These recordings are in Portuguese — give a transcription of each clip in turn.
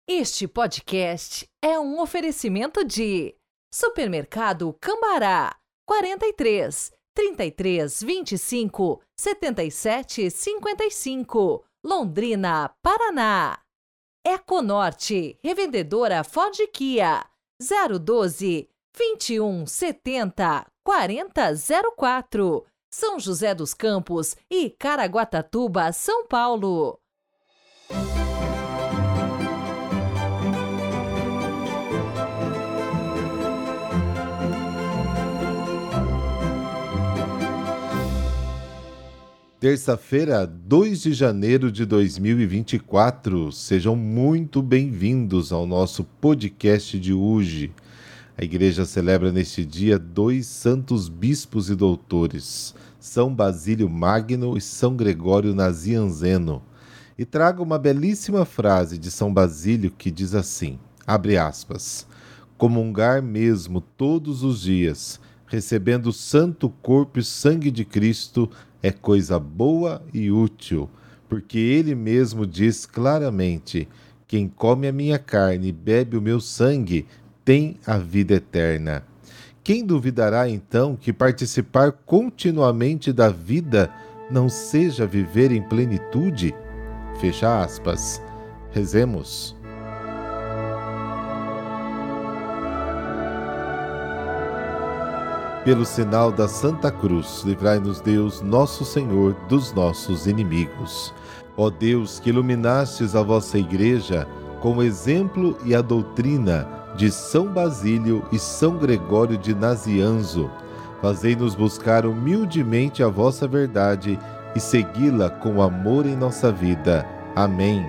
Este podcast é um oferecimento de Supermercado Cambará 43 33 25 77 55, Londrina, Paraná. Econorte, revendedora Ford Kia 012 21 70 40 04, São José dos Campos e Caraguatatuba, São Paulo. Terça-feira, 2 de janeiro de 2024. Sejam muito bem-vindos ao nosso podcast de hoje. A igreja celebra neste dia 2 santos bispos e doutores, São Basílio Magno e São Gregório Nazianzeno. E trago uma belíssima frase de São Basílio que diz assim, abre aspas, comungar mesmo todos os dias, recebendo o santo corpo e sangue de Cristo, é coisa boa e útil, porque ele mesmo diz claramente, quem come a minha carne e bebe o meu sangue tem a vida eterna. Quem duvidará então que participar continuamente da vida não seja viver em plenitude? Fecha aspas. Rezemos. Pelo sinal da Santa Cruz, livrai-nos Deus, nosso Senhor, dos nossos inimigos. Ó Deus, que iluminastes a vossa Igreja com o exemplo e a doutrina de São Basílio e São Gregório de Nazianzo, fazei-nos buscar humildemente a vossa verdade e segui-la com amor em nossa vida. Amém.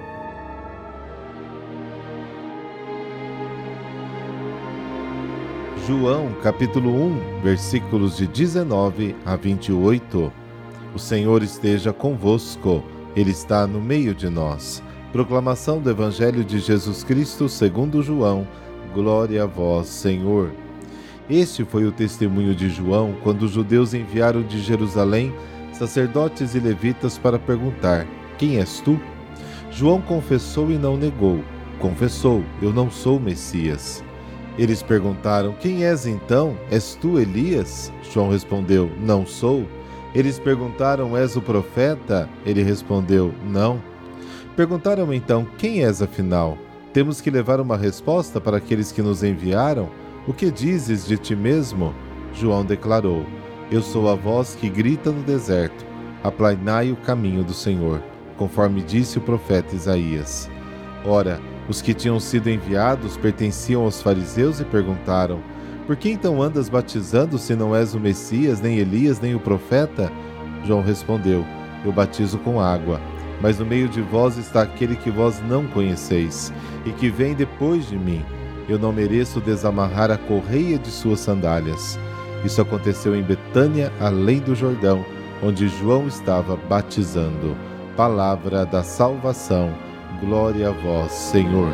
João, capítulo 1, versículos de 19 a 28. O Senhor esteja convosco, Ele está no meio de nós. Proclamação do Evangelho de Jesus Cristo segundo João. Glória a vós, Senhor. Este foi o testemunho de João quando os judeus enviaram de Jerusalém sacerdotes e levitas para perguntar, quem és tu? João confessou e não negou. Confessou, eu não sou o Messias. Eles perguntaram, quem és então? És tu Elias? João respondeu, não sou. Eles perguntaram, és o profeta? Ele respondeu, não. Perguntaram então, quem és afinal? Temos que levar uma resposta para aqueles que nos enviaram? O que dizes de ti mesmo? João declarou, eu sou a voz que grita no deserto, aplainai o caminho do Senhor, conforme disse o profeta Isaías. Ora, os que tinham sido enviados pertenciam aos fariseus e perguntaram, por que então andas batizando se não és o Messias, nem Elias, nem o profeta? João respondeu, eu batizo com água, mas no meio de vós está aquele que vós não conheceis, e que vem depois de mim. Eu não mereço desamarrar a correia de suas sandálias. Isso aconteceu em Betânia, além do Jordão, onde João estava batizando. Palavra da salvação. Glória a vós, Senhor.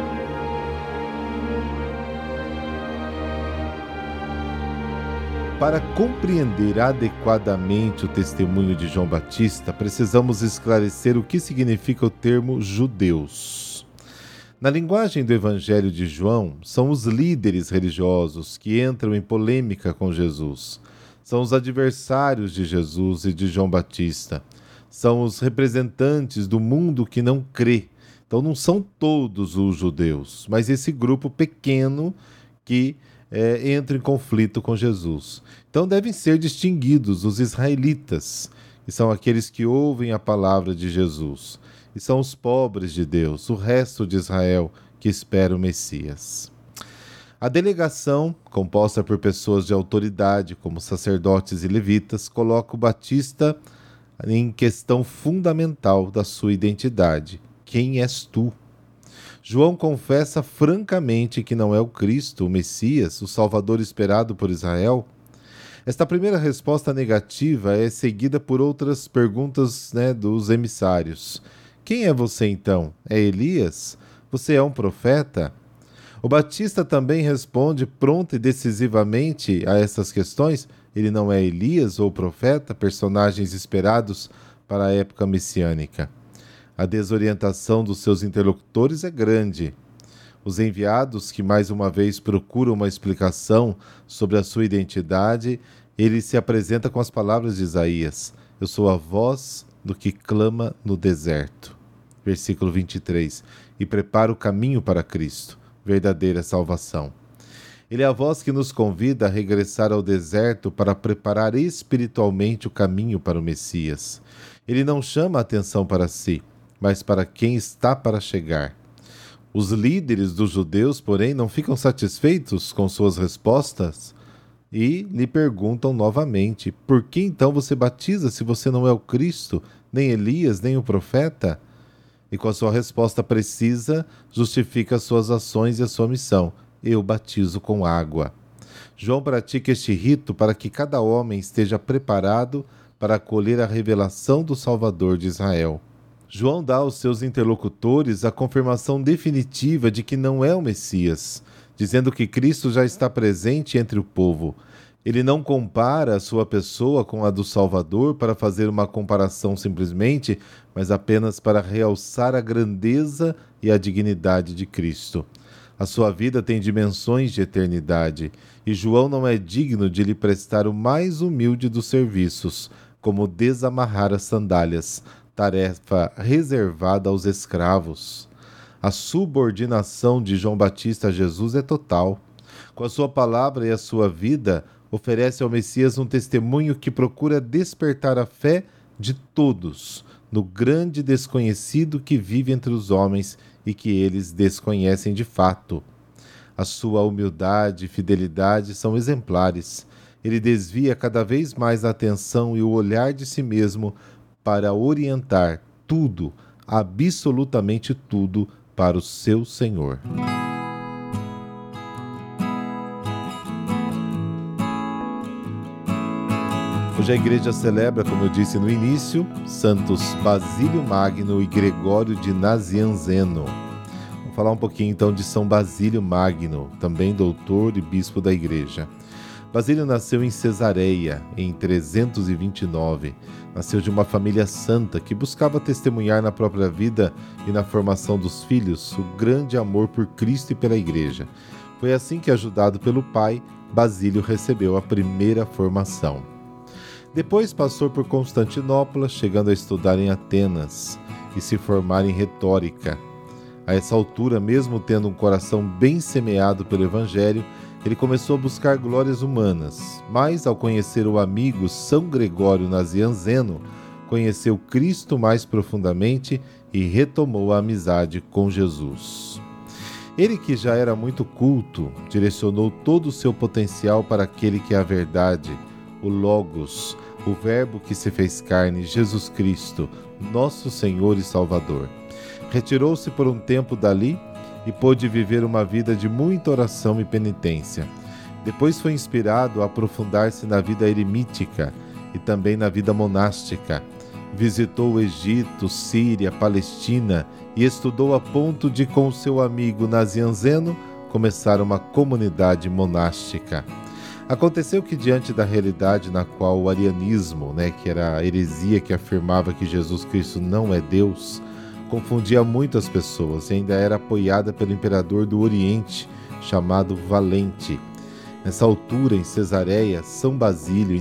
Para compreender adequadamente o testemunho de João Batista, precisamos esclarecer o que significa o termo judeus. Na linguagem do Evangelho de João, são os líderes religiosos que entram em polêmica com Jesus. São os adversários de Jesus e de João Batista. São os representantes do mundo que não crê. Então não são todos os judeus, mas esse grupo pequeno que entra em conflito com Jesus. Então devem ser distinguidos os israelitas, que são aqueles que ouvem a palavra de Jesus. E são os pobres de Deus, o resto de Israel que espera o Messias. A delegação, composta por pessoas de autoridade, como sacerdotes e levitas, coloca o Batista em questão fundamental da sua identidade. Quem és tu? João confessa francamente que não é o Cristo, o Messias, o Salvador esperado por Israel. Esta primeira resposta negativa é seguida por outras perguntas dos emissários. Quem é você então? É Elias? Você é um profeta? O Batista também responde pronta e decisivamente a essas questões. Ele não é Elias ou profeta, personagens esperados para a época messiânica. A desorientação dos seus interlocutores é grande. Os enviados, que mais uma vez procuram uma explicação sobre a sua identidade, ele se apresenta com as palavras de Isaías: eu sou a voz do que clama no deserto. Versículo 23. E prepara o caminho para Cristo, verdadeira salvação. Ele é a voz que nos convida a regressar ao deserto para preparar espiritualmente o caminho para o Messias. Ele não chama a atenção para si, mas para quem está para chegar. Os líderes dos judeus, porém, não ficam satisfeitos com suas respostas e lhe perguntam novamente: por que então você batiza se você não é o Cristo, nem Elias, nem o profeta? E com a sua resposta precisa, justifica suas ações e a sua missão: eu batizo com água. João pratica este rito para que cada homem esteja preparado para acolher a revelação do Salvador de Israel. João dá aos seus interlocutores a confirmação definitiva de que não é o Messias, dizendo que Cristo já está presente entre o povo. Ele não compara a sua pessoa com a do Salvador para fazer uma comparação simplesmente, mas apenas para realçar a grandeza e a dignidade de Cristo. A sua vida tem dimensões de eternidade, e João não é digno de lhe prestar o mais humilde dos serviços, como desamarrar as sandálias, tarefa reservada aos escravos. A subordinação de João Batista a Jesus é total. Com a sua palavra e a sua vida, oferece ao Messias um testemunho que procura despertar a fé de todos no grande desconhecido que vive entre os homens e que eles desconhecem de fato. A sua humildade e fidelidade são exemplares. Ele desvia cada vez mais a atenção e o olhar de si mesmo para orientar tudo, absolutamente tudo, para o seu Senhor. Hoje a igreja celebra, como eu disse no início, Santos Basílio Magno e Gregório de Nazianzeno. Vamos falar um pouquinho então de São Basílio Magno, também doutor e bispo da igreja. Basílio nasceu em Cesareia, em 329. Nasceu de uma família santa que buscava testemunhar na própria vida e na formação dos filhos o grande amor por Cristo e pela igreja. Foi assim que, ajudado pelo pai, Basílio recebeu a primeira formação. Depois passou por Constantinopla, chegando a estudar em Atenas e se formar em retórica. A essa altura, mesmo tendo um coração bem semeado pelo Evangelho, ele começou a buscar glórias humanas, mas ao conhecer o amigo São Gregório Nazianzeno, conheceu Cristo mais profundamente e retomou a amizade com Jesus. Ele, que já era muito culto, direcionou todo o seu potencial para aquele que é a verdade, o Logos, o Verbo que se fez carne, Jesus Cristo, nosso Senhor e Salvador. Retirou-se por um tempo dali e pôde viver uma vida de muita oração e penitência. Depois foi inspirado a aprofundar-se na vida eremítica e também na vida monástica. Visitou o Egito, Síria, Palestina e estudou a ponto de, com seu amigo Nazianzeno, começar uma comunidade monástica. Aconteceu que, diante da realidade na qual o arianismo, que era a heresia que afirmava que Jesus Cristo não é Deus, confundia muito as pessoas e ainda era apoiada pelo imperador do Oriente, chamado Valente. Nessa altura, em Cesareia, São Basílio, em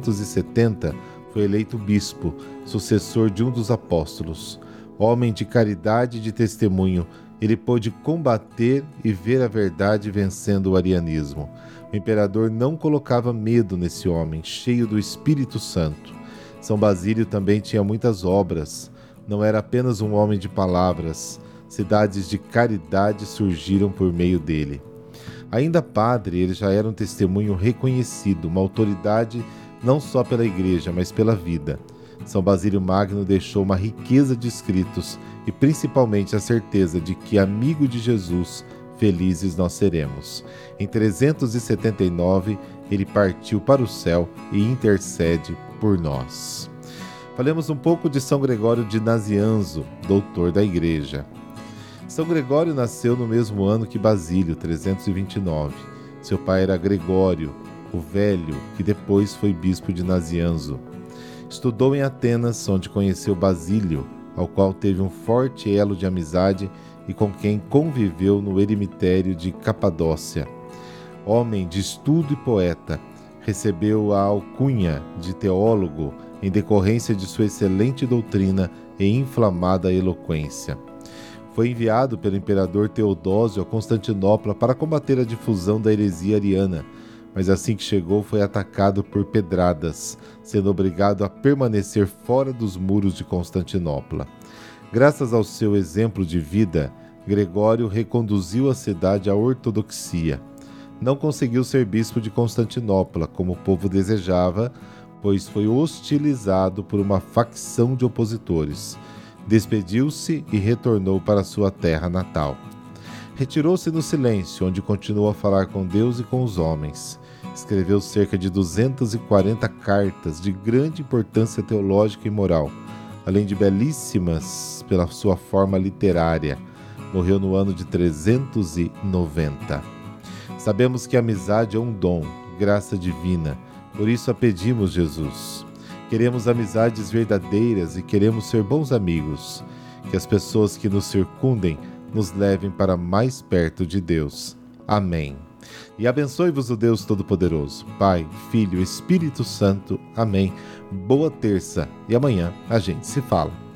370, foi eleito bispo, sucessor de um dos apóstolos. Homem de caridade e de testemunho, ele pôde combater e ver a verdade vencendo o arianismo. O imperador não colocava medo nesse homem, cheio do Espírito Santo. São Basílio também tinha muitas obras. Não era apenas um homem de palavras. Cidades de caridade surgiram por meio dele. Ainda padre, ele já era um testemunho reconhecido, uma autoridade não só pela igreja, mas pela vida. São Basílio Magno deixou uma riqueza de escritos e principalmente a certeza de que, amigo de Jesus, felizes nós seremos. Em 379, ele partiu para o céu e intercede por nós. Falemos um pouco de São Gregório de Nazianzo, doutor da igreja. São Gregório nasceu no mesmo ano que Basílio, 329. Seu pai era Gregório, o Velho, que depois foi bispo de Nazianzo. Estudou em Atenas, onde conheceu Basílio, ao qual teve um forte elo de amizade e com quem conviveu no eremitério de Capadócia. Homem de estudo e poeta, recebeu a alcunha de teólogo em decorrência de sua excelente doutrina e inflamada eloquência. Foi enviado pelo imperador Teodósio a Constantinopla para combater a difusão da heresia ariana, mas assim que chegou foi atacado por pedradas, sendo obrigado a permanecer fora dos muros de Constantinopla. Graças ao seu exemplo de vida, Gregório reconduziu a cidade à ortodoxia. Não conseguiu ser bispo de Constantinopla, como o povo desejava, pois foi hostilizado por uma facção de opositores. Despediu-se e retornou para sua terra natal. Retirou-se no silêncio, onde continuou a falar com Deus e com os homens. Escreveu cerca de 240 cartas de grande importância teológica e moral, além de belíssimas pela sua forma literária. Morreu no ano de 390. Sabemos que a amizade é um dom, graça divina, por isso a pedimos, Jesus. Queremos amizades verdadeiras e queremos ser bons amigos. Que as pessoas que nos circundem nos levem para mais perto de Deus. Amém. E abençoe-vos o Deus Todo-Poderoso, Pai, Filho e Espírito Santo. Amém. Boa terça e amanhã a gente se fala.